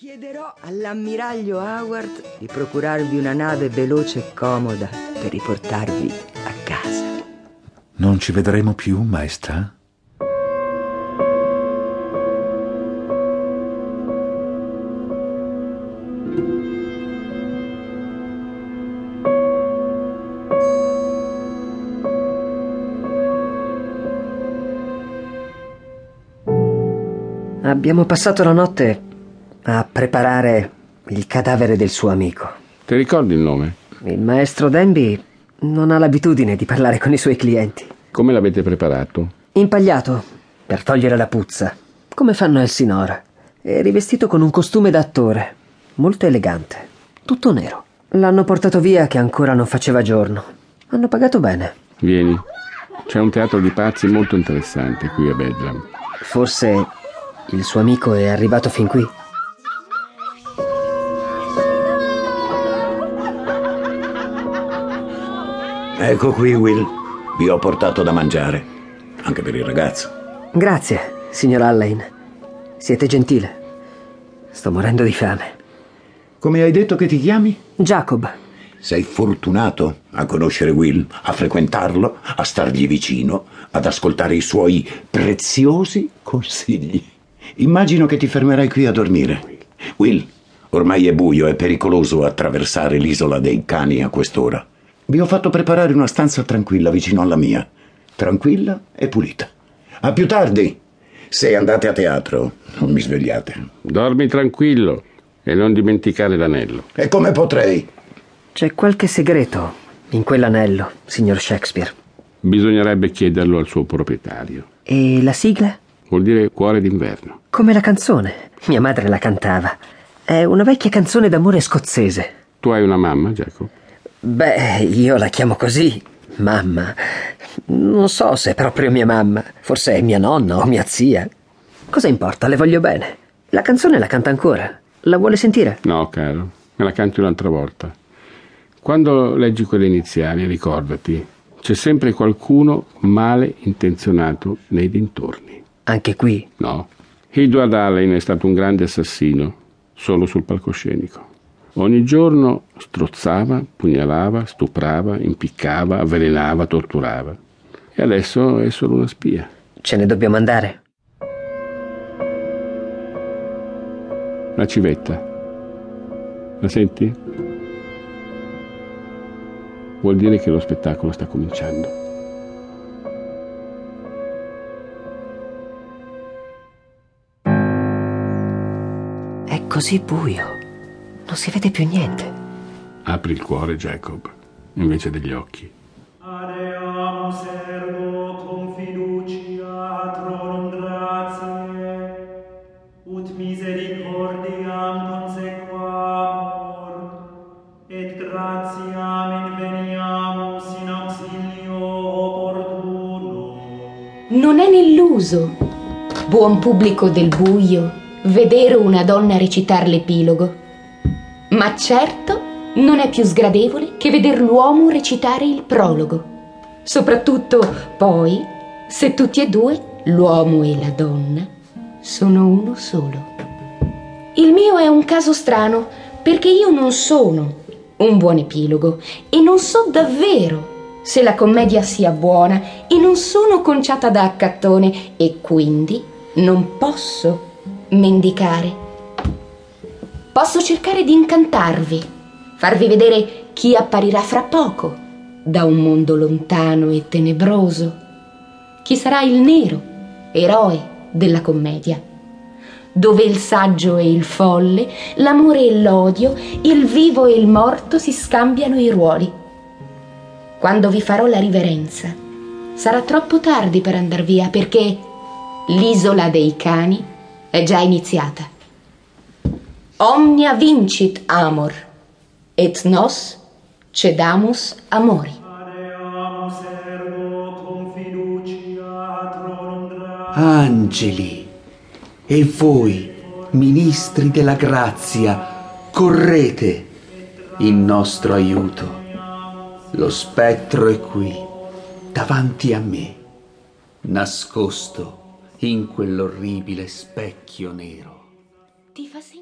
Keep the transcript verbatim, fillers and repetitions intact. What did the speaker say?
Chiederò all'ammiraglio Howard di procurarvi una nave veloce e comoda per riportarvi a casa. Non ci vedremo più, maestà? Abbiamo passato la notte a preparare il cadavere del suo amico. Ti ricordi il nome? Il maestro Denby non ha l'abitudine di parlare con i suoi clienti. Come l'avete preparato? Impagliato, per togliere la puzza, come fanno Elsinora, e rivestito con un costume da attore, molto elegante, tutto nero. L'hanno portato via che ancora non faceva giorno. Hanno pagato bene. Vieni, c'è un teatro di pazzi molto interessante qui a Bedlam. Forse il suo amico è arrivato fin qui. Ecco qui, Will. Vi ho portato da mangiare. Anche per il ragazzo. Grazie, signor Alleyne. Siete gentile. Sto morendo di fame. Come hai detto che ti chiami? Jacob. Sei fortunato a conoscere Will, a frequentarlo, a stargli vicino, ad ascoltare i suoi preziosi consigli. Immagino che ti fermerai qui a dormire. Will, ormai è buio, è pericoloso attraversare l'isola dei cani a quest'ora. Vi ho fatto preparare una stanza tranquilla vicino alla mia. Tranquilla e pulita. A più tardi. Se andate a teatro, non mi svegliate. Dormi tranquillo e non dimenticare l'anello. E come potrei? C'è qualche segreto in quell'anello, signor Shakespeare. Bisognerebbe chiederlo al suo proprietario. E la sigla? Vuol dire cuore d'inverno. Come la canzone. Mia madre la cantava. È una vecchia canzone d'amore scozzese. Tu hai una mamma, Jacob? Beh, io la chiamo così, mamma. Non so se è proprio mia mamma. Forse è mia nonna o mia zia. Cosa importa, le voglio bene. La canzone la canta ancora. La vuole sentire? No, caro, me la canti un'altra volta. Quando leggi quelle iniziali, ricordati, c'è sempre qualcuno male intenzionato nei dintorni. Anche qui? No. Edward Alleyne è stato un grande assassino, solo sul palcoscenico. Ogni giorno strozzava, pugnalava, stuprava, impiccava, avvelenava, torturava. E adesso è solo una spia. Ce ne dobbiamo andare? La civetta. La senti? Vuol dire che lo spettacolo sta cominciando. È così buio. Non si vede più niente. Apri il cuore, Jacob, invece degli occhi. Adeamus ergo cum fiducia tronum gratiae, ut misericordiam consequamur, et gratiam inveniamus in auxilio opportuno. Non è nell'uso, buon pubblico del buio, vedere una donna recitar l'epilogo. Ma certo non è più sgradevole che veder l'uomo recitare il prologo. Soprattutto poi, se tutti e due, l'uomo e la donna, sono uno solo. Il mio è un caso strano, perché io non sono un buon epilogo e non so davvero se la commedia sia buona e non sono conciata da accattone e quindi non posso mendicare. Posso cercare di incantarvi, farvi vedere chi apparirà fra poco, da un mondo lontano e tenebroso, chi sarà il nero, eroe della commedia, dove il saggio e il folle, l'amore e l'odio, il vivo e il morto si scambiano i ruoli. Quando vi farò la riverenza, sarà troppo tardi per andar via, perché l'isola dei cani è già iniziata. Omnia vincit amor, et nos cedamus amori. Angeli, e voi, ministri della grazia, correte in nostro aiuto. Lo spettro è qui, davanti a me, nascosto in quell'orribile specchio nero. Ti fa